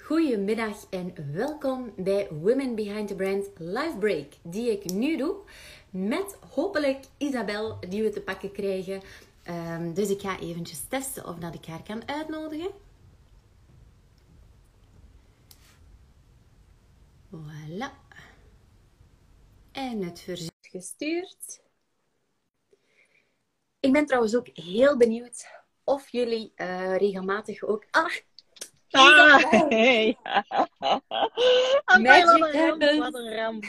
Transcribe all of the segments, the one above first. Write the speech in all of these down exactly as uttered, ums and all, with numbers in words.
Goedemiddag en welkom bij Women Behind the Brand Live Break, die ik nu doe met hopelijk Isabel, die we te pakken krijgen. Um, dus ik ga eventjes testen of dat ik haar kan uitnodigen. Voilà. En het verzoek gestuurd. Ik ben trouwens ook heel benieuwd of jullie uh, regelmatig ook... Ah! Ah, hey. Amai, wat Magic een ramp, happens. wat een ramp.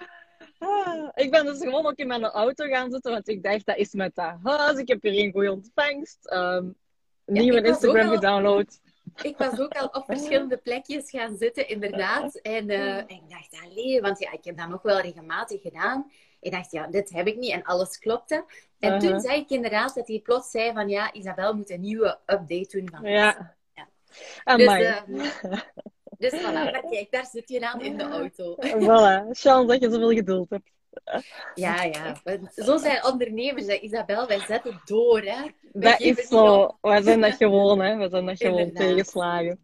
Ah, ik ben dus gewoon ook in mijn auto gaan zitten, want ik dacht, dat is met dat huis. Ik heb hier een goede ontvangst. Um, Ja, nieuwe ik was ook Instagram al- gedownload. Ik was ook al op verschillende plekjes gaan zitten, inderdaad. En, uh, en ik dacht, allee, want ja, ik heb dat nog wel regelmatig gedaan. Ik dacht, ja, dit heb ik niet. En alles klopte. En Uh-huh. toen zei ik inderdaad dat hij plots zei van, ja, Isabel moet een nieuwe update doen van Ja. Ja. Amai. Dus, uh, dus voilà, maar kijk, daar zit je aan in de auto. Voilà, chance dat je zoveel geduld hebt. Ja, ja. Zo zijn ondernemers, hè, Isabel. Wij zetten door, hè. We Dat geven is niet zo. op. Wij zijn dat gewoon, hè. Wij zijn dat gewoon Inderdaad. tegenslagen.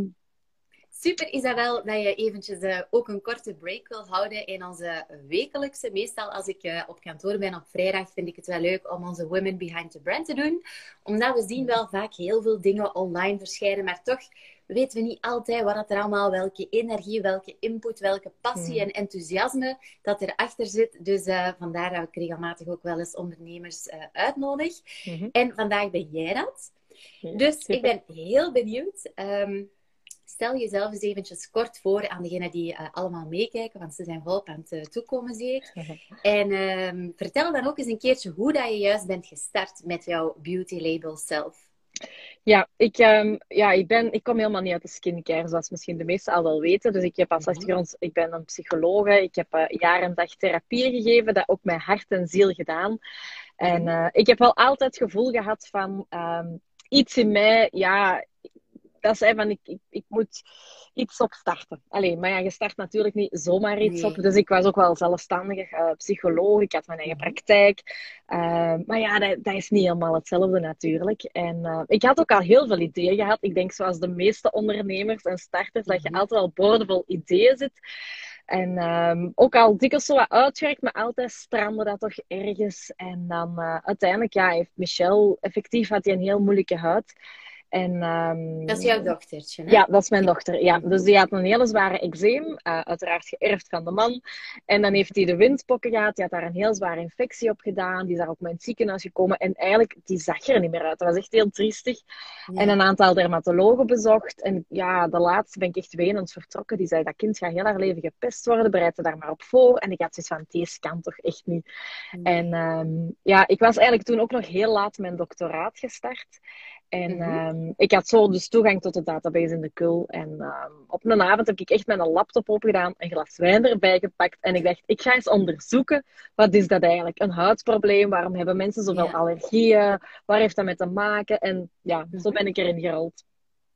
Super Isabel, dat je eventjes uh, ook een korte break wil houden in onze wekelijkse. Meestal als ik uh, op kantoor ben op vrijdag vind ik het wel leuk om onze Women Behind the Brand te doen. Omdat we zien wel vaak heel veel dingen online verschijnen, maar toch weten we niet altijd wat er allemaal, welke energie, welke input, welke passie en enthousiasme dat erachter zit. Dus uh, vandaar dat ik regelmatig ook wel eens ondernemers uh, uitnodig. Mm-hmm. En vandaag ben jij dat. Ja, dus super. ik ben heel benieuwd. Um, Stel jezelf eens eventjes kort voor aan degenen die uh, allemaal meekijken, want ze zijn volop aan het uh, toekomen, zie ik. En uh, vertel dan ook eens een keertje hoe dat je juist bent gestart met jouw beauty label zelf. Ja, ik, um, ja ik, ben, ik kom helemaal niet uit de skincare, zoals misschien de meesten al wel weten. Dus ik heb als achtergrond, ik ben een psychologe. Ik heb uh, jaar en dag therapie gegeven, dat ook met hart en ziel gedaan. En uh, ik heb wel altijd het gevoel gehad van um, iets in mij, ja... Dat zei van, ik, ik, ik moet iets opstarten. Allee, maar ja, je start natuurlijk niet zomaar iets Nee. op. Dus ik was ook wel zelfstandig uh, psycholoog. Ik had mijn eigen praktijk. Uh, maar ja, dat, dat is niet helemaal hetzelfde natuurlijk. En uh, ik had ook al heel veel ideeën gehad. Ik denk zoals de meeste ondernemers en starters, dat je altijd al boordevol ideeën zit. En um, ook al dikwijls zo wat uitgewerkt, maar altijd strandde dat toch ergens. En dan uh, uiteindelijk, ja, heeft Michelle, effectief had hij een heel moeilijke huid. En, um, dat is jouw dochtertje, hè? Ja, dat is mijn dochter. Ja. Dus die had een hele zware eczeem, uh, uiteraard geërfd van de man. En dan heeft hij de windpokken gehad, die had daar een heel zware infectie op gedaan. Die is daar ook maar in het ziekenhuis gekomen. En eigenlijk, die zag er niet meer uit. Dat was echt heel triestig. Ja. En een aantal dermatologen bezocht. En ja, de laatste ben ik echt wenend vertrokken. Die zei, dat kind gaat heel haar leven gepest worden. Bereid er daar maar op voor. En ik had zoiets van, deze kan toch echt niet. Nee. En um, ja, ik was eigenlijk toen ook nog heel laat mijn doctoraat gestart. En mm-hmm. um, ik had zo dus toegang tot de database in de kul. En um, op een avond heb ik echt mijn laptop opgedaan, een glas wijn erbij gepakt. En ik dacht, ik ga eens onderzoeken, wat is dat eigenlijk? Een huidprobleem? Waarom hebben mensen zoveel yeah. allergieën? Waar heeft dat mee te maken? En ja, mm-hmm. zo ben ik erin gerold.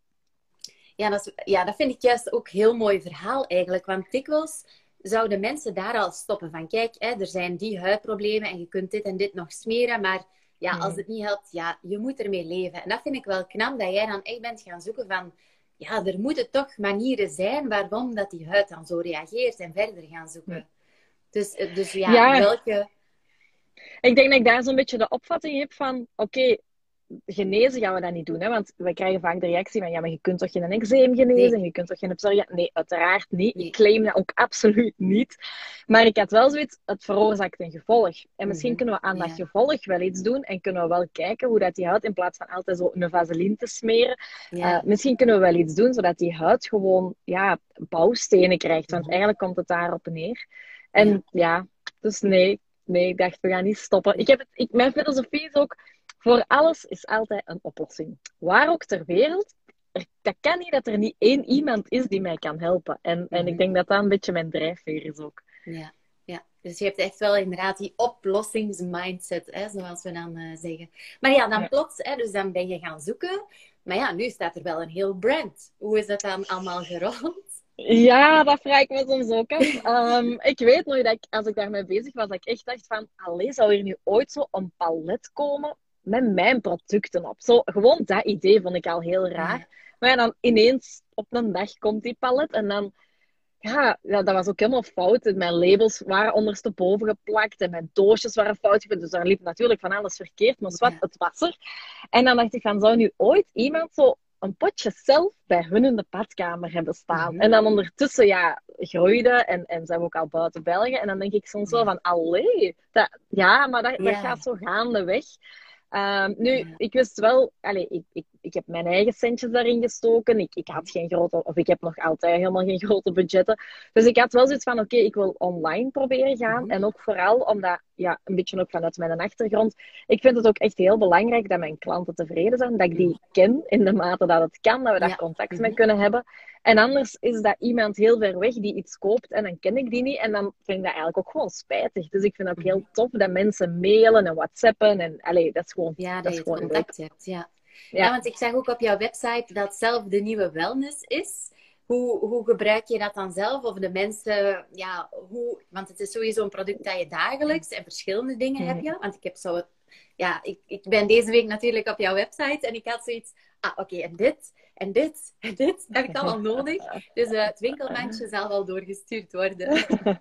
Ja dat, is, ja, dat vind ik juist ook een heel mooi verhaal eigenlijk. Want dikwijls zouden mensen daar al stoppen van, kijk, hè, er zijn die huidproblemen en je kunt dit en dit nog smeren, maar... Ja, als het niet helpt, ja, je moet ermee leven. En dat vind ik wel knap, dat jij dan echt bent gaan zoeken van... Ja, er moeten toch manieren zijn waarom dat die huid dan zo reageert en verder gaan zoeken. Dus, dus ja, ja, welke... Ik denk dat ik daar zo'n beetje de opvatting heb van... Oké, okay, genezen gaan we dat niet doen, hè? Want we krijgen vaak de reactie van... Ja, maar je kunt toch geen eczeem genezen? Nee. Je kunt toch geen psoriasis... Nee, uiteraard niet. Nee. Ik claim dat ook absoluut niet. Maar ik had wel zoiets... Het veroorzaakt een gevolg. En misschien mm-hmm. kunnen we aan dat ja. gevolg wel iets doen. En kunnen we wel kijken hoe dat die huid... In plaats van altijd zo een vaseline te smeren... Ja. Uh, misschien kunnen we wel iets doen... Zodat die huid gewoon... Ja, bouwstenen krijgt. Want mm-hmm. eigenlijk komt het daarop neer. En ja, ja dus nee... Nee, ik dacht, we gaan niet stoppen. Ik heb het, ik, mijn filosofie is ook... Voor alles is altijd een oplossing. Waar ook ter wereld. Er, dat kan niet dat er niet één iemand is die mij kan helpen. En, mm-hmm. en ik denk dat dat een beetje mijn drijfveer is ook. Ja, ja. Dus je hebt echt wel inderdaad die oplossingsmindset, hè, zoals we dan uh, zeggen. Maar ja, dan ja. plots, hè, dus dan ben je gaan zoeken. Maar ja, nu staat er wel een heel brand. Hoe is dat dan allemaal gerold? Ja, dat vraag ik me soms ook af. Um, ik weet nog dat ik, als ik daarmee bezig was, dat ik echt dacht van... Allee, zou hier nu ooit zo een palet komen met mijn producten op? Zo, gewoon dat idee vond ik al heel raar. Ja. Maar ja, dan ineens op een dag komt die palet. En dan, ja, ja, dat was ook helemaal fout. Mijn labels waren ondersteboven geplakt en mijn doosjes waren fout. Dus daar liep natuurlijk van alles verkeerd, maar zwart, Ja. het was er. En dan dacht ik van, zou nu ooit iemand zo een potje zelf bij hun in de badkamer hebben staan? Mm-hmm. En dan ondertussen, ja, groeide en, en zijn we ook al buiten België. En dan denk ik soms wel van, allee, dat, ja, maar dat, Ja. dat gaat zo gaandeweg. Um, nu, Ja. ik wist wel, allez, ik, ik, ik heb mijn eigen centjes daarin gestoken. Ik, ik had geen grote, of ik heb nog altijd helemaal geen grote budgetten. Dus ik had wel zoiets van, oké, okay, ik wil online proberen gaan. Mm-hmm. En ook vooral omdat, ja, een beetje ook vanuit mijn achtergrond, ik vind het ook echt heel belangrijk dat mijn klanten tevreden zijn, dat ik die ken in de mate dat het kan, dat we daar Ja. contact Mm-hmm. mee kunnen hebben. En anders is dat iemand heel ver weg die iets koopt en dan ken ik die niet. En dan vind ik dat eigenlijk ook gewoon spijtig. Dus ik vind het ook heel tof dat mensen mailen en whatsappen. En allee, dat is gewoon Ja, dat, dat je is het gewoon contact leuk. hebt. Ja. Ja. Ja, want ik zag ook op jouw website dat zelf de nieuwe wellness is. Hoe, hoe gebruik je dat dan zelf? Of de mensen, ja, hoe... Want het is sowieso een product dat je dagelijks en verschillende dingen Mhm. heb je. Want ik heb zo... Ja, ik, ik ben deze week natuurlijk op jouw website en ik had zoiets... Ah, oké, okay, en dit, en dit, en dit heb ik allemaal nodig. Dus uh, het winkelmandje zal wel doorgestuurd worden.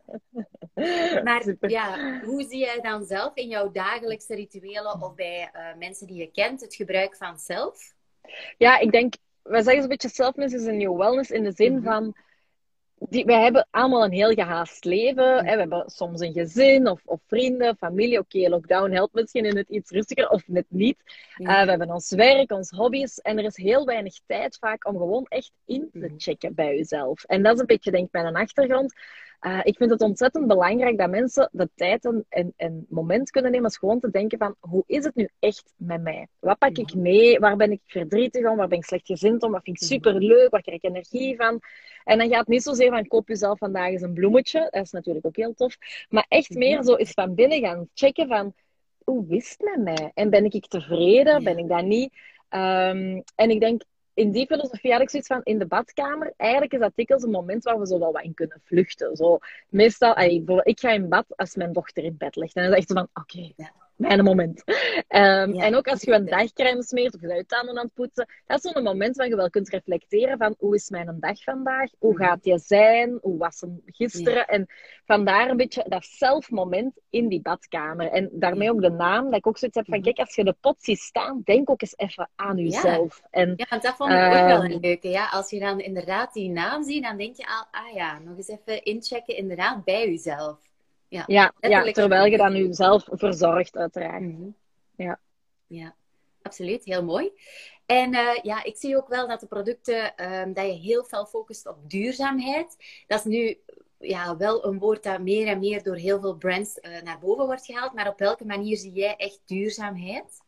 Maar Super. ja, hoe zie jij dan zelf in jouw dagelijkse rituelen of bij uh, mensen die je kent het gebruik van zelf? Ja, ik denk, wij zeggen zo'n beetje selfness is een nieuw wellness in de zin mm-hmm. van, die, wij hebben allemaal een heel gehaast leven. Mm-hmm. Hè? We hebben soms een gezin of, of vrienden, familie. Oké, okay, lockdown helpt misschien in het iets rustiger of net niet. Mm-hmm. Uh, we hebben ons werk, onze hobby's. En er is heel weinig tijd vaak om gewoon echt in te checken bij jezelf. En dat is een beetje, denk ik, mijn achtergrond. Uh, ik vind het ontzettend belangrijk dat mensen de tijd en, en, en moment kunnen nemen als gewoon te denken van, hoe is het nu echt met mij? Wat pak ik mee? Waar ben ik verdrietig om? Waar ben ik slechtgezind om? Wat vind ik superleuk? Waar krijg ik energie van? En dan gaat het niet zozeer van, koop jezelf vandaag eens een bloemetje. Dat is natuurlijk ook heel tof. Maar echt meer zo eens van binnen gaan checken van, hoe is het met mij? En ben ik tevreden? Ben ik dat niet? Um, en ik denk, in die filosofie had ik zoiets van, in de badkamer, eigenlijk is dat dikwijls een moment waar we zo wel wat in kunnen vluchten. Zo, meestal, ik ga in bad als mijn dochter in bed ligt. En dan is het echt zo van, oké, okay, ja. mijn moment. Um, ja, en ook als je een dagcrème smeert of je je tanden aan het poetsen, dat is zo'n moment waar je wel kunt reflecteren van, hoe is mijn dag vandaag? Hoe gaat die zijn? Hoe was hem gisteren? Ja. En vandaar een beetje dat zelfmoment in die badkamer. En daarmee ook de naam, dat ik ook zoiets heb van, kijk, als je de pot ziet staan, denk ook eens even aan jezelf. Ja, en, ja want dat vond ik ook wel een leuke. Ja? Als je dan inderdaad die naam ziet, dan denk je al, ah ja, nog eens even inchecken inderdaad bij jezelf. Ja, ja, ja, terwijl je dan jezelf verzorgt, uiteraard. Mm-hmm. Ja. Ja, absoluut. Heel mooi. En uh, ja, ik zie ook wel dat de producten, um, dat je heel veel focust op duurzaamheid. Dat is nu ja, wel een woord dat meer en meer door heel veel brands uh, naar boven wordt gehaald. Maar op welke manier zie jij echt duurzaamheid?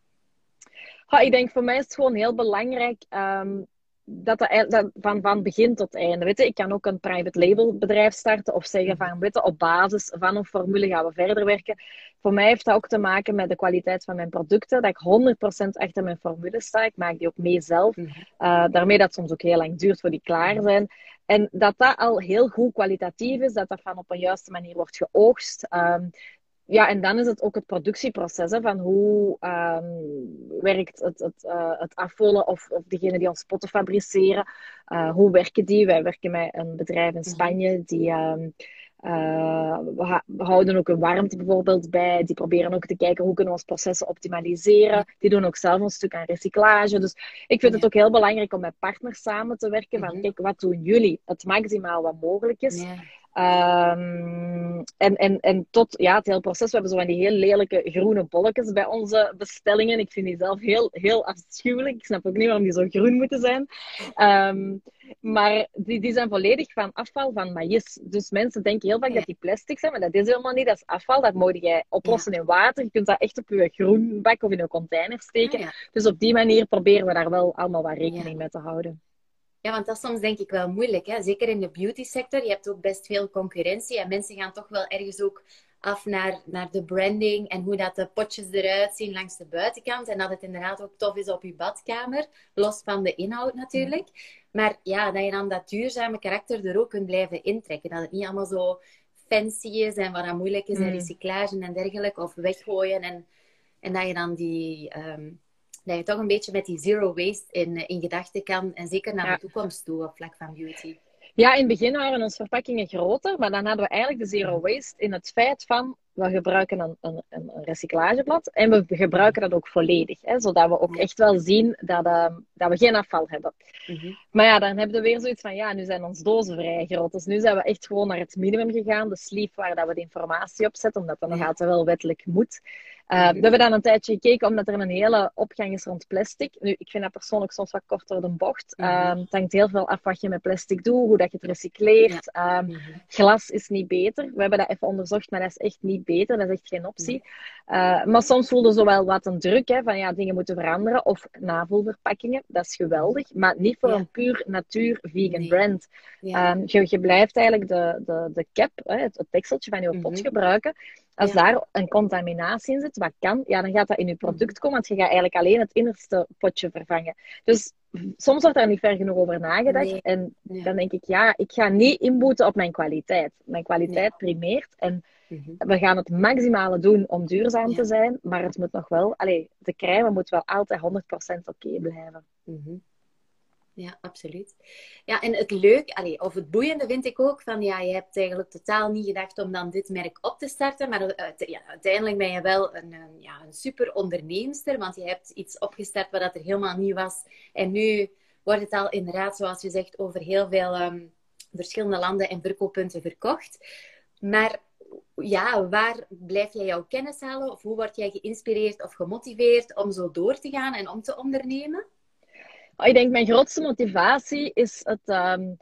Ha, ik denk, voor mij is het gewoon heel belangrijk... Um, Dat, dat, dat van, van begin tot einde. Weet je, ik kan ook een private label bedrijf starten of zeggen van, weet je, op basis van een formule gaan we verder werken. Voor mij heeft dat ook te maken met de kwaliteit van mijn producten, dat ik honderd procent achter mijn formule sta. Ik maak die ook mee zelf. Uh, daarmee dat het soms ook heel lang duurt voor die klaar zijn. En dat dat al heel goed kwalitatief is, dat dat van op een juiste manier wordt geoogst. Um, Ja, en dan is het ook het productieproces, hè, van hoe um, werkt het, het, uh, het afvullen of, of degene die ons potten fabriceren. Uh, hoe werken die? Wij werken met een bedrijf in Spanje, die um, uh, we, we houden ook een warmte bijvoorbeeld bij. Die proberen ook te kijken hoe kunnen we ons processen optimaliseren. Die doen ook zelf een stuk aan recyclage. Dus ik vind het ook heel belangrijk om met partners samen te werken. Van kijk, wat doen jullie? Het maximaal wat mogelijk is. Ja. Um, en, en, en tot ja, het hele proces, we hebben zo van die heel lelijke groene bolletjes bij onze bestellingen. Ik vind die zelf heel, heel afschuwelijk. Ik snap ook niet waarom die zo groen moeten zijn. Um, maar die, die zijn volledig van afval van maïs. Dus mensen denken heel vaak ja. dat die plastic zijn, maar dat is helemaal niet. Dat is afval, dat moet jij oplossen ja. in water. Je kunt dat echt op je groenbak of in een container steken. Ja, ja. Dus op die manier proberen we daar wel allemaal wat rekening ja. mee te houden. Ja, want dat is soms denk ik wel moeilijk. Hè? Zeker in de beauty sector. Je hebt ook best veel concurrentie. En mensen gaan toch wel ergens ook af naar, naar de branding. En hoe dat de potjes eruit zien langs de buitenkant. En dat het inderdaad ook tof is op je badkamer. Los van de inhoud natuurlijk. Maar ja, dat je dan dat duurzame karakter er ook kunt blijven intrekken. Dat het niet allemaal zo fancy is. En wat dan moeilijk is. Mm. En recyclage en dergelijke. Of weggooien. En, en dat je dan die... Um, dat je toch een beetje met die zero waste in, in gedachten kan. En zeker naar Ja. de toekomst toe op vlak van beauty. Ja, in het begin waren onze verpakkingen groter, maar dan hadden we eigenlijk de zero waste in het feit van, we gebruiken een, een, een recyclageblad en we gebruiken dat ook volledig, hè, zodat we ook Ja. echt wel zien dat, uh, dat we geen afval hebben. Mm-hmm. Maar ja, dan hebben we weer zoiets van, ja, nu zijn onze dozen vrij groot. Dus nu zijn we echt gewoon naar het minimum gegaan, de sleeve waar dat we de informatie op zetten, omdat dat Ja. nog altijd wel wettelijk moet. Uh, Mm-hmm. We hebben dan een tijdje gekeken, omdat er een hele opgang is rond plastic. Nu, ik vind dat persoonlijk soms wat kort door de bocht. Mm-hmm. Uh, het hangt heel veel af wat je met plastic doet, hoe dat je het recycleert. Ja. Um, Mm-hmm. Glas is niet beter. We hebben dat even onderzocht, maar dat is echt niet beter. Dat is echt geen optie. Uh, maar soms voelde zo wel wat een druk, hè, van ja, dingen moeten veranderen. Of navulverpakkingen, dat is geweldig. Maar niet voor Ja. een puur natuur vegan Nee. brand. Ja. Um, je, je blijft eigenlijk de, de, de cap, hè, het, het tekseltje van je pot Mm-hmm. gebruiken. Als Ja. daar een contaminatie in zit, wat kan, ja, dan gaat dat in je product komen, want je gaat eigenlijk alleen het innerste potje vervangen. Dus soms wordt daar niet ver genoeg over nagedacht. Nee. En Ja. dan denk ik, ja, ik ga niet inboeten op mijn kwaliteit. Mijn kwaliteit Nee. primeert. En Mm-hmm. we gaan het maximale doen om duurzaam Ja. te zijn, maar het moet nog wel, allee, de crème moet wel altijd honderd procent oké blijven. Mm-hmm. Ja, absoluut. Ja, en het leuke, allee, of het boeiende vind ik ook van, ja, je hebt eigenlijk totaal niet gedacht om dan dit merk op te starten, maar uh, ja, uiteindelijk ben je wel een, een, ja, een super onderneemster, want je hebt iets opgestart wat er helemaal niet was. En nu wordt het al inderdaad, zoals je zegt, over heel veel um, verschillende landen en verkooppunten verkocht. Maar ja, waar blijf jij jouw kennis halen? Of hoe word jij geïnspireerd of gemotiveerd om zo door te gaan en om te ondernemen? Ik denk mijn grootste motivatie is het, um,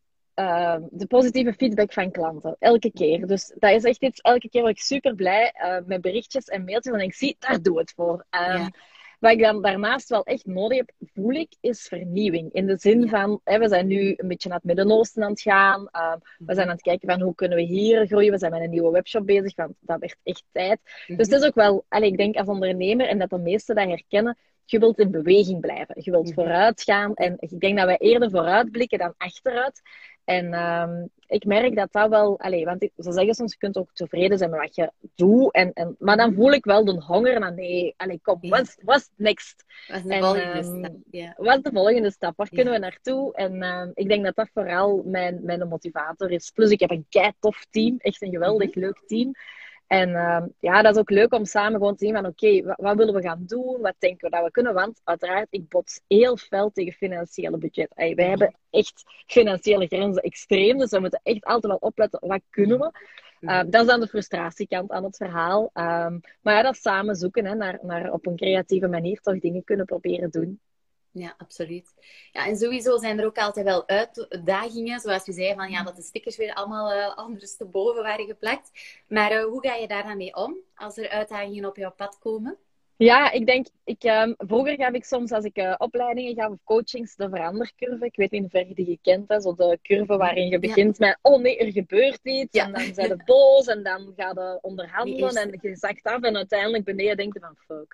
uh, de positieve feedback van klanten. Elke keer. Dus dat is echt iets, elke keer word ik super blij uh, met berichtjes en mailtjes. En ik zie, daar doe het voor. Um, Ja. Wat ik dan daarnaast wel echt nodig heb, voel ik, is vernieuwing. In de zin Ja. van, hè, we zijn nu een beetje naar het Midden-Oosten aan het gaan. Uh, we zijn aan het kijken van, hoe kunnen we hier groeien? We zijn met een nieuwe webshop bezig, want dat werd echt tijd. Mm-hmm. Dus het is ook wel, allez, ik denk als ondernemer, en dat de meesten dat herkennen, je wilt in beweging blijven. Je wilt Mm-hmm. vooruit gaan. En ik denk dat wij eerder vooruit blikken dan achteruit. En um, ik merk dat dat wel... Allez, want ik, ze zeggen soms, je kunt ook tevreden zijn met wat je doet. En, en, maar dan voel ik wel de honger naar, nee, allez, kom, Ja. what's, what's next? Wat is de En, volgende um, stap? Ja. Wat is de volgende stap? Waar Ja. kunnen we naartoe? En um, ik denk dat dat vooral mijn, mijn motivator is. Plus, ik heb een kei tof team. Echt een geweldig Mm-hmm. leuk team. En uh, ja, dat is ook leuk om samen gewoon te zien van oké, okay, wat, wat willen we gaan doen? Wat denken we dat we kunnen? Want uiteraard, ik bots heel fel tegen financiële budget. Hey, wij hebben echt financiële grenzen extreem, dus we moeten echt altijd wel opletten, wat kunnen we? Uh, dat is dan de frustratiekant aan het verhaal. Um, maar ja, dat samen zoeken, hè, naar, naar op een creatieve manier toch dingen kunnen proberen doen. Ja, absoluut. Ja, en sowieso zijn er ook altijd wel uitdagingen. Zoals je zei, van, ja, dat de stickers weer allemaal uh, ondersteboven waren geplakt. Maar uh, hoe ga je daar dan mee om als er uitdagingen op jouw pad komen? Ja, ik denk, ik, um, vroeger gaf ik soms, als ik uh, opleidingen gaf of coachings, de verandercurve. Ik weet niet in hoeverre je die kent, hè? Zo de curve waarin je begint ja. met, oh nee, er gebeurt iets. Ja. En dan zijn ze boos en dan ga je onderhandelen en je zakt af en uiteindelijk beneden denk je van, fuck.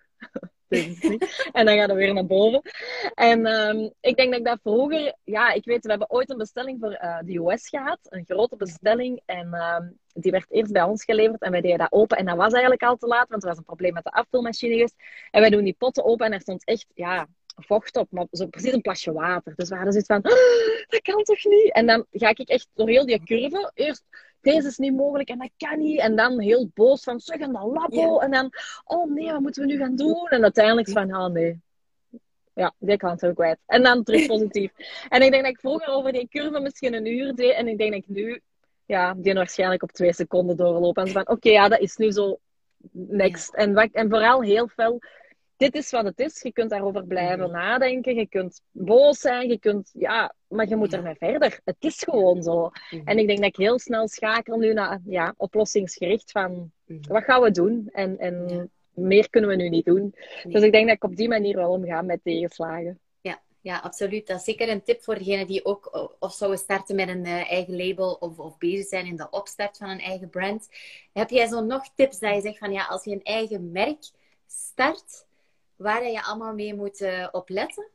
En dan gaat het weer naar boven. En um, ik denk dat ik dat vroeger... Ja, ik weet, we hebben ooit een bestelling voor uh, de U S gehad. Een grote bestelling. En um, die werd eerst bij ons geleverd. En wij deden dat open. En dat was eigenlijk al te laat, want er was een probleem met de afvulmachine geweest. En wij doen die potten open en er stond echt... ja, vocht op, maar zo precies een plasje water. Dus we hadden zoiets van, oh, dat kan toch niet? En dan ga ik echt door heel die curve. Eerst, deze is niet mogelijk en dat kan niet. En dan heel boos van, zeg een labo. Ja. En dan, oh nee, wat moeten we nu gaan doen? En uiteindelijk van, oh nee. Ja, die kant ook kwijt. En dan terug positief. En ik denk dat ik vroeger over die curve misschien een uur deed. En ik denk dat ik nu, ja, die waarschijnlijk op twee seconden doorloop. En zo van, oké, okay, ja, dat is nu zo next. Ja. En, wat, en vooral heel fel... Dit is wat het is. Je kunt daarover blijven mm-hmm. nadenken. Je kunt boos zijn. Je kunt, ja, maar je moet ja. ermee verder. Het is gewoon zo. Mm-hmm. En ik denk dat ik heel snel schakel nu naar ja, oplossingsgericht van mm-hmm. wat gaan we doen? En, en ja. meer kunnen we nu niet doen. Nee. Dus ik denk dat ik op die manier wel omga met tegenslagen. Ja, ja, absoluut. Dat is zeker een tip voor degenen die ook of zouden starten met een uh, eigen label of, of bezig zijn in de opstart van een eigen brand. Heb jij zo nog tips dat je zegt van ja, als je een eigen merk start... waar je allemaal mee moet uh, opletten?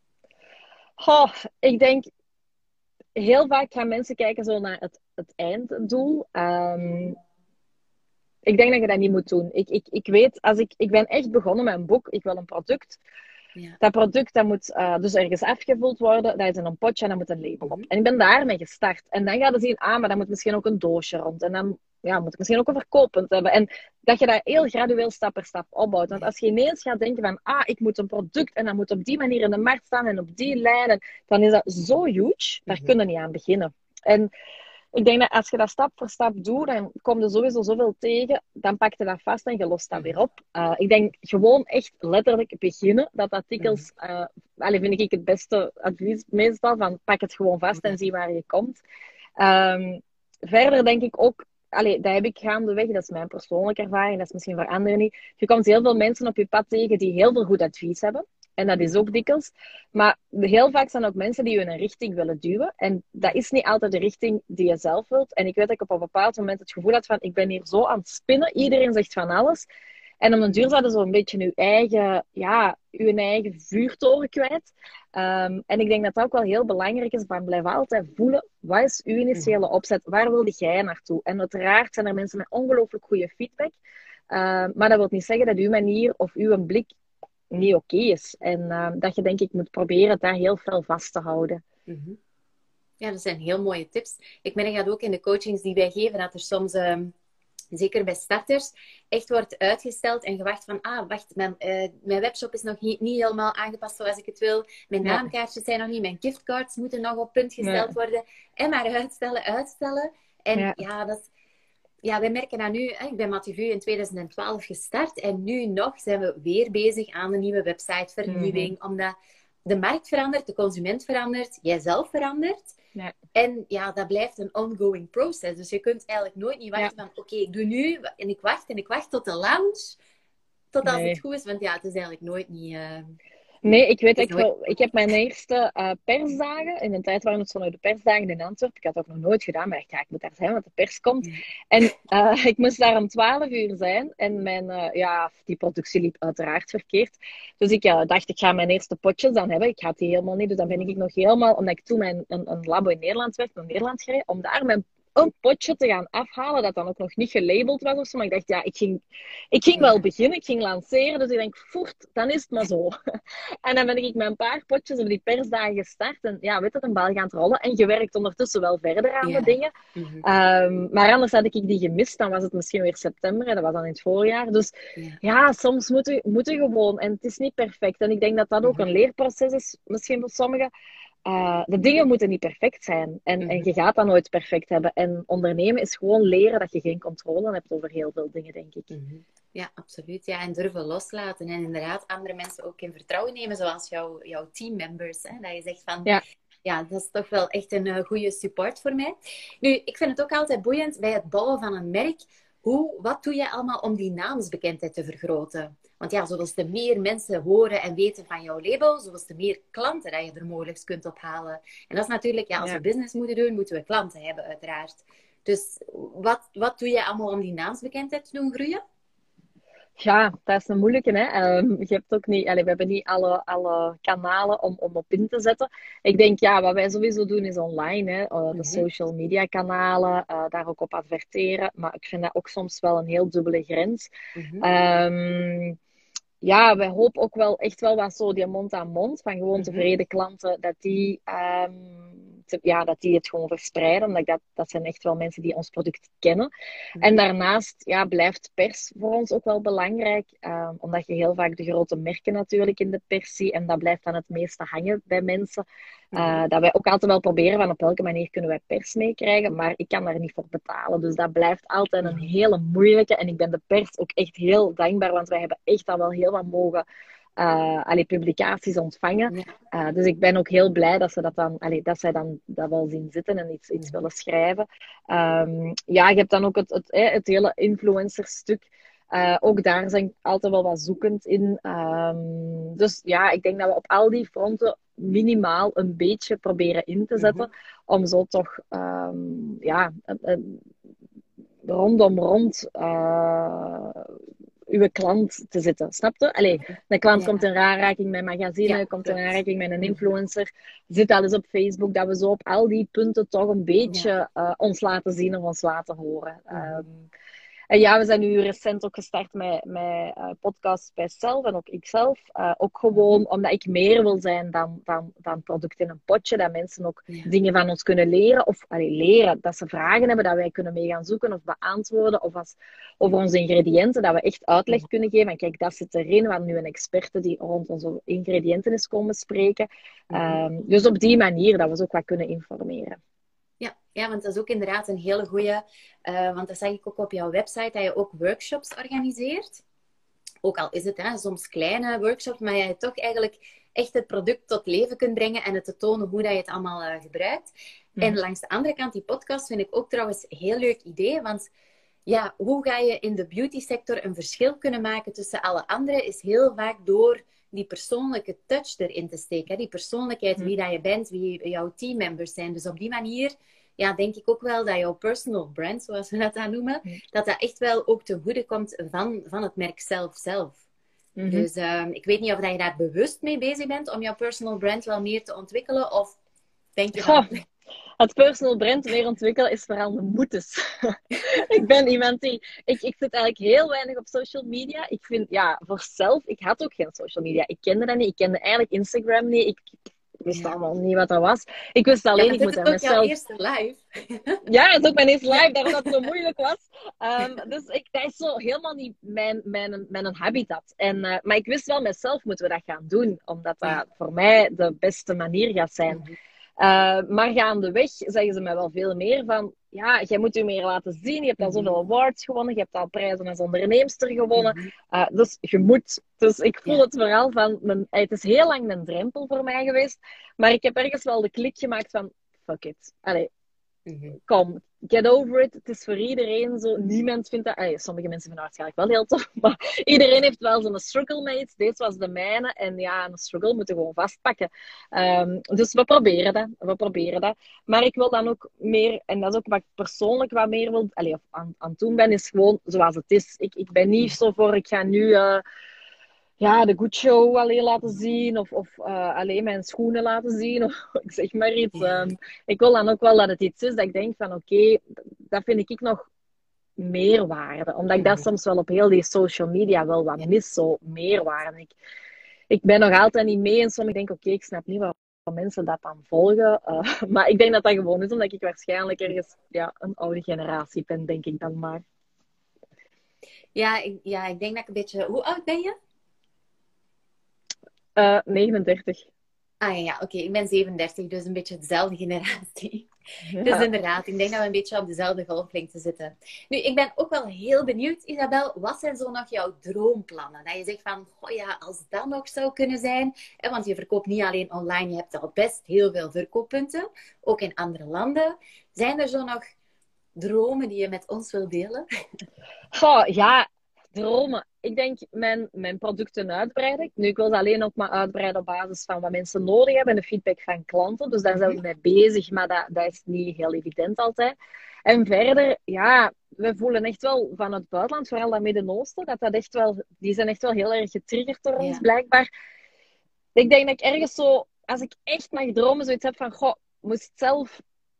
Oh, ik denk... Heel vaak gaan mensen kijken zo naar het, het einddoel. Um, ik denk dat je dat niet moet doen. Ik, ik, ik weet, als ik, ik ben echt begonnen met een boek. Ik wil een product Ja. Dat product dat moet uh, dus ergens afgevuld worden, dat is in een potje en dat moet een label op. Mm-hmm. En ik ben daarmee gestart. En dan ga je zien, ah, maar dan moet misschien ook een doosje rond. En dan ja, moet ik misschien ook een verkooppunt hebben. En dat je dat heel gradueel stap per stap opbouwt. Want als je ineens gaat denken van, ah, ik moet een product en dat moet op die manier in de markt staan en op die lijn, en dan is dat zo huge, daar Mm-hmm. kun je niet aan beginnen. En ik denk dat als je dat stap voor stap doet, dan kom je sowieso zoveel tegen, dan pak je dat vast en je lost dat weer op. Uh, ik denk gewoon echt letterlijk beginnen, dat dat dikwijls, uh, allee, vind ik het beste advies meestal, van pak het gewoon vast en zie waar je komt. Um, verder denk ik ook, allee, dat heb ik gaandeweg, dat is mijn persoonlijke ervaring, dat is misschien voor anderen niet. Je komt heel veel mensen op je pad tegen die heel veel goed advies hebben. En dat is ook dikwijls. Maar heel vaak zijn ook mensen die je in een richting willen duwen. En dat is niet altijd de richting die je zelf wilt. En ik weet dat ik op een bepaald moment het gevoel had van, ik ben hier zo aan het spinnen. Iedereen zegt van alles. En om de duur zouden zo een beetje je eigen, ja, je eigen vuurtoren kwijt. Um, en ik denk dat dat ook wel heel belangrijk is. Van blijf altijd voelen, wat is uw initiële opzet? Waar wilde jij naartoe? En uiteraard zijn er mensen met ongelooflijk goede feedback. Uh, maar dat wil niet zeggen dat uw manier of uw blik niet oké okay is. En uh, dat je denk ik moet proberen daar heel veel vast te houden. Mm-hmm. Ja, dat zijn heel mooie tips. Ik merk dat ook in de coachings die wij geven, dat er soms, uh, zeker bij starters, echt wordt uitgesteld en gewacht van, ah, wacht, mijn, uh, mijn webshop is nog niet, niet helemaal aangepast zoals ik het wil. Mijn ja. naamkaartjes zijn nog niet, mijn giftcards moeten nog op punt gesteld ja. worden. En maar uitstellen, uitstellen. En ja, ja dat is... Ja, wij merken dat nu. Hè, ik ben Mativu in twintig twaalf gestart. En nu nog zijn we weer bezig aan een nieuwe website, vernieuwing. Mm-hmm. Omdat de markt verandert, de consument verandert, jijzelf verandert. Ja. En ja, dat blijft een ongoing process. Dus je kunt eigenlijk nooit niet wachten ja. van... Oké, okay, ik doe nu en ik wacht en ik wacht tot de launch. Tot als nee. het goed is. Want ja, het is eigenlijk nooit niet... Uh... Nee, ik weet echt wel. Ik heb mijn eerste uh, persdagen, in een tijd waren het zo nog de persdagen in Antwerpen. Ik had dat ook nog nooit gedaan, maar ik, ja, ik moet daar zijn, want de pers komt. Mm. En uh, ik moest daar om twaalf uur zijn. En mijn, uh, ja, die productie liep uiteraard verkeerd. Dus ik uh, dacht, ik ga mijn eerste potjes dan hebben. Ik had die helemaal niet, dus dan ben ik nog helemaal, omdat ik toen mijn, een, een labo in Nederland werd, naar Nederland gereden, om daar mijn een potje te gaan afhalen, dat dan ook nog niet gelabeld was of zo. Maar ik dacht, ja, ik ging, ik ging wel beginnen, ik ging lanceren. Dus ik denk, voert, dan is het maar zo. En dan ben ik met een paar potjes op die persdagen gestart. En ja, weet het, een bal gaan rollen. En je werkt ondertussen wel verder aan ja. de dingen. Mm-hmm. Um, maar anders had ik die gemist. Dan was het misschien weer september. En dat was dan in het voorjaar. Dus ja, ja soms moet je, moet je gewoon. En het is niet perfect. En ik denk dat dat ook een leerproces is, misschien voor sommigen. Uh, de dingen moeten niet perfect zijn. En, mm-hmm. en je gaat dat nooit perfect hebben. En ondernemen is gewoon leren dat je geen controle hebt over heel veel dingen, denk ik. Mm-hmm. Ja, absoluut. Ja, en durven loslaten. En inderdaad andere mensen ook in vertrouwen nemen, zoals jouw, jouw teammembers. Hè? Dat je zegt van... Ja. Ja, dat is toch wel echt een uh, goede support voor mij. Nu, ik vind het ook altijd boeiend bij het bouwen van een merk. Hoe, wat doe je allemaal om die naamsbekendheid te vergroten? Want ja, zoals de meer mensen horen en weten van jouw label, zoals de meer klanten dat je er mogelijk kunt ophalen. En dat is natuurlijk, ja, als ja. we business moeten doen, moeten we klanten hebben, uiteraard. Dus wat, wat doe je allemaal om die naamsbekendheid te doen groeien? Ja, dat is een moeilijke. Hè? Um, je hebt ook niet, allez, we hebben niet alle, alle kanalen om, om op in te zetten. Ik denk, ja, wat wij sowieso doen is online. Hè? Uh, de mm-hmm. social media kanalen, uh, daar ook op adverteren. Maar ik vind dat ook soms wel een heel dubbele grens. Mm-hmm. Um, ja, wij hopen ook wel echt wel wat zo die mond aan mond. Van gewoon mm-hmm. tevreden klanten, dat die... Um, te, ja, dat die het gewoon verspreiden. Omdat dat, dat zijn echt wel mensen die ons product kennen. Mm-hmm. En daarnaast ja, blijft pers voor ons ook wel belangrijk. Um, omdat je heel vaak de grote merken natuurlijk in de pers ziet. En dat blijft dan het meeste hangen bij mensen. Uh, dat wij ook altijd wel proberen van op welke manier kunnen wij pers meekrijgen. Maar ik kan daar niet voor betalen. Dus dat blijft altijd een hele moeilijke. En ik ben de pers ook echt heel dankbaar. Want wij hebben echt al wel heel wat mogen... Uh, allee, publicaties ontvangen. Ja. Uh, dus ik ben ook heel blij dat ze dat dan, allee, dat zij dan dat wel zien zitten en iets, iets willen schrijven. Um, ja, je hebt dan ook het, het, het hele influencerstuk. Uh, ook daar zijn ik altijd wel wat zoekend in. Um, dus ja, ik denk dat we op al die fronten minimaal een beetje proberen in te zetten. Mm-hmm. Om zo toch um, ja, een, een, rondom rond uh, uw klant te zitten. Snap je? Allee, de klant ja. komt in aanraking met magazine, ja, komt in aanraking met een influencer, zit al eens op Facebook, dat we zo op al die punten toch een beetje ja. uh, ons laten zien of ons laten horen. Mm-hmm. Um, En ja, we zijn nu recent ook gestart met, met uh, podcasts bij Self en ook ikzelf. Uh, ook gewoon omdat ik meer wil zijn dan, dan, dan product in een potje. Dat mensen ook ja. dingen van ons kunnen leren. Of allee, leren, dat ze vragen hebben dat wij kunnen mee gaan zoeken of beantwoorden. Of als, over onze ingrediënten, dat we echt uitleg kunnen geven. En kijk, dat zit erin. We hadden nu een experte die rond onze ingrediënten is komen spreken. Um, dus op die manier dat we ze ook wat kunnen informeren. Ja, ja, want dat is ook inderdaad een hele goeie. Uh, want dat zag ik ook op jouw website, dat je ook workshops organiseert. Ook al is het hè, soms kleine workshops, maar je toch eigenlijk echt het product tot leven kunt brengen en het te tonen hoe dat je het allemaal uh, gebruikt. Mm. En langs de andere kant, die podcast vind ik ook trouwens een heel leuk idee. Want ja, hoe ga je in de beauty sector een verschil kunnen maken tussen alle anderen, is heel vaak door die persoonlijke touch erin te steken. Die persoonlijkheid, wie dat je bent, wie jouw teammembers zijn. Dus op die manier ja, denk ik ook wel dat jouw personal brand, zoals we dat dan noemen, dat dat echt wel ook ten goede komt van, van het merk zelf zelf. Mm-hmm. Dus uh, ik weet niet of dat je daar bewust mee bezig bent om jouw personal brand wel meer te ontwikkelen, of denk je dat... Oh, het personal brand meer ontwikkelen is vooral de moetes. Ik ben iemand die... Ik, ik zit eigenlijk heel weinig op social media. Ik vind, ja, voor zelf... Ik had ook geen social media. Ik kende dat niet. Ik kende eigenlijk Instagram niet. Ik, ik wist ja. allemaal niet wat dat was. Ik wist alleen... Ja, ik dit moet is aan ook mezelf... jouw eerste live. Ja, het is ook mijn eerste live, ja. Daarom dat het zo moeilijk was. Um, dus ik, dat is zo helemaal niet mijn, mijn, mijn habitat. En, uh, maar ik wist wel, mezelf moeten we dat gaan doen. Omdat dat ja. voor mij de beste manier gaat zijn. Mm-hmm. Uh, maar gaandeweg zeggen ze mij wel veel meer van... Ja, jij moet je meer laten zien. Je hebt al zoveel awards gewonnen. Je hebt al prijzen als onderneemster gewonnen. Uh, dus je moet. Dus ik voel ja. het vooral van... Mijn, het is heel lang een drempel voor mij geweest. Maar ik heb ergens wel de klik gemaakt van... Fuck it. Allee, mm-hmm. Kom. Get over it. Het is voor iedereen zo. Niemand vindt dat... Allee, sommige mensen vinden dat waarschijnlijk wel heel tof. Maar iedereen heeft wel zo'n struggle mee iets. Deze was de mijne. En ja, een struggle moeten we gewoon vastpakken. Um, dus we proberen dat. We proberen dat. Maar ik wil dan ook meer... En dat is ook wat ik persoonlijk wat meer wil... Allee, of aan, aan het doen ben, is gewoon zoals het is. Ik, ik ben niet zo voor... Ik ga nu... Uh, ja, de Good Show alleen laten zien. Of, of uh, alleen mijn schoenen laten zien. Of ik zeg maar iets. Um, ik wil dan ook wel dat het iets is dat ik denk van... Oké, okay, dat vind ik nog meerwaarde. Omdat ik dat soms wel op heel die social media wel wat mis. Zo meerwaarde. Ik, ik ben nog altijd niet mee. En soms denk ik... Oké, okay, ik snap niet waarom mensen dat dan volgen. Uh, maar ik denk dat dat gewoon is. Omdat ik waarschijnlijk ergens ja, een oude generatie ben. Denk ik dan maar. Ja, ik, ja, ik denk dat ik een beetje... Hoe oud ben je? Uh, negenendertig. Ah ja, oké. Okay. Ik ben zevenendertig, dus een beetje dezelfde generatie. Ja. Dus inderdaad, ik denk dat we een beetje op dezelfde golflengte zitten. Nu, ik ben ook wel heel benieuwd, Isabel. Wat zijn zo nog jouw droomplannen? Dat je zegt van, goh ja, als dat nog zou kunnen zijn. Hè, want je verkoopt niet alleen online, je hebt al best heel veel verkooppunten. Ook in andere landen. Zijn er zo nog dromen die je met ons wil delen? Goh, ja, dromen. Ik denk mijn, mijn producten uitbreiden. Nu, ik wil ze alleen ook maar uitbreiden op basis van wat mensen nodig hebben en de feedback van klanten. Dus daar zijn we mee bezig, maar dat, dat is niet heel evident altijd. En verder, ja, we voelen echt wel van het buitenland, vooral dat Midden-Oosten, dat dat echt wel, die zijn echt wel heel erg getriggerd door ons, ja. blijkbaar. Ik denk dat ik ergens zo, als ik echt mag dromen, zoiets heb van, goh, moest zelf...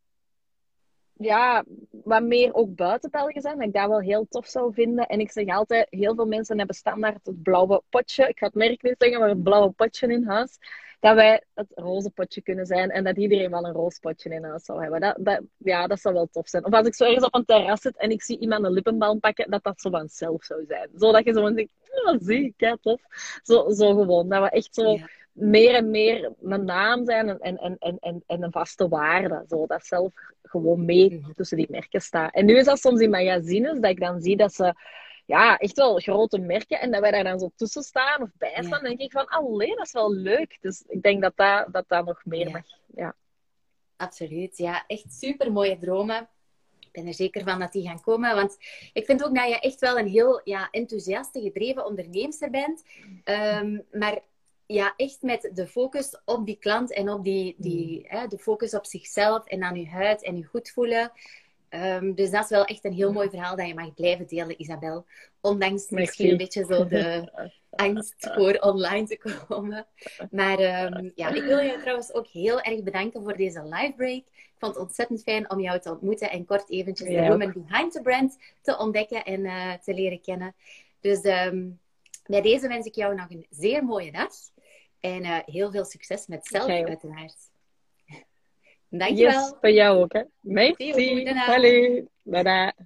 ja, wat meer ook buiten België zijn, dat ik dat wel heel tof zou vinden. En ik zeg altijd, heel veel mensen hebben standaard het blauwe potje. Ik ga het merk niet zeggen, maar het blauwe potje in huis. Dat wij het roze potje kunnen zijn en dat iedereen wel een roze potje in huis zou hebben. Dat, dat, ja, dat zou wel tof zijn. Of als ik zo ergens op een terras zit en ik zie iemand een lippenbalm pakken, dat dat zo vanzelf zou zijn. Zodat je zo denkt, oh, zie ik, ja, tof. Zo, zo gewoon, dat we echt zo... Ja. meer en meer een naam zijn en, en, en, en, en een vaste waarde. Zo, dat zelf gewoon mee tussen die merken staat. En nu is dat soms in magazines, dat ik dan zie dat ze ja, echt wel grote merken en dat wij daar dan zo tussen staan of bij staan, ja. dan denk ik van, allee, dat is wel leuk. Dus ik denk dat dat, dat, dat nog meer ja. mag. Ja. Absoluut, ja. Echt super mooie dromen. Ik ben er zeker van dat die gaan komen. Want ik vind ook dat je echt wel een heel ja, enthousiaste, gedreven onderneemster bent. Um, maar ja, echt met de focus op die klant en op die, die, mm. hè, de focus op zichzelf en aan je huid en je goed voelen. Um, dus dat is wel echt een heel mooi verhaal dat je mag blijven delen, Isabel. Ondanks Merci. misschien een beetje zo de angst voor online te komen. Maar um, ja, ik wil je trouwens ook heel erg bedanken voor deze live break. Ik vond het ontzettend fijn om jou te ontmoeten en kort eventjes de Women Behind the Brand te ontdekken en uh, te leren kennen. Dus um, bij deze wens ik jou nog een zeer mooie dag. En uh, heel veel succes met zelf, okay. uiteraard. Dankjewel. Yes, bij jou ook, hè. Merci. Salut. Dada.